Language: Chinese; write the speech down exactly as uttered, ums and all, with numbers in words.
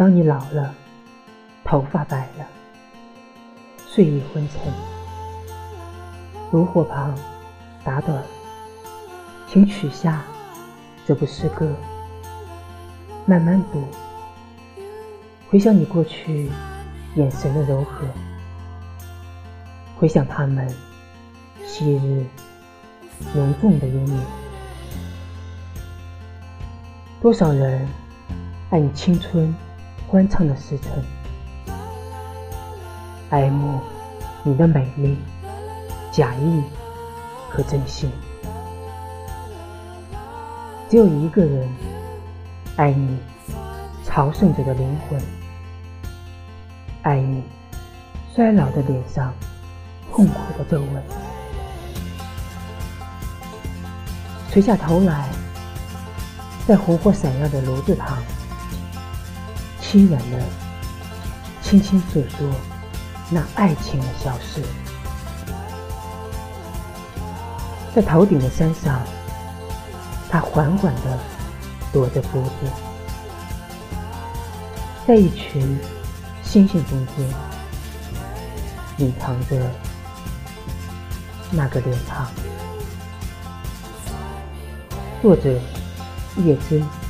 当你老了，头发白了，睡意昏沉，炉火旁打盹儿，请取下这部诗歌，慢慢读，回想你过去眼神的柔和，回想他们昔日浓重的忧念。多少人爱你青春欢畅的时辰，爱慕你的美丽、假意和真心。只有一个人爱你朝圣者的灵魂，爱你衰老的脸上痛苦的皱纹。垂下头来，在红火闪耀的炉子旁，凄然地轻轻诉说那爱情的消逝。在头顶的山上，他缓缓地踱着步子，在一群星星中间隐藏着那个脸庞。作者叶芝。